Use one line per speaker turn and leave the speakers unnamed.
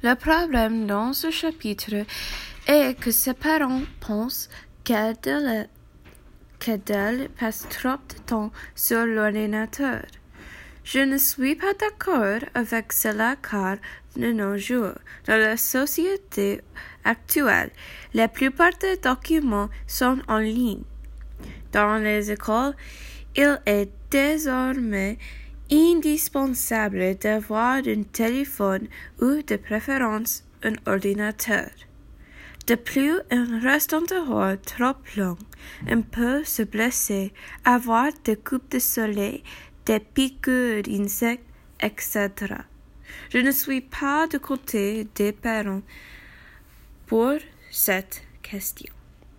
Le problème dans ce chapitre est que ses parents pensent qu'Adèle passe trop de temps sur l'ordinateur. Je ne suis pas d'accord avec cela car, de nos jours, dans la société actuelle, la plupart des documents sont en ligne. Dans les écoles, il est désormais indispensable d'avoir un téléphone ou de préférence un ordinateur. De plus, un restant dehors trop long, on peut se blesser, avoir des coupes de soleil, des piqûres d'insectes, etc. Je ne suis pas du côté des parents pour cette question.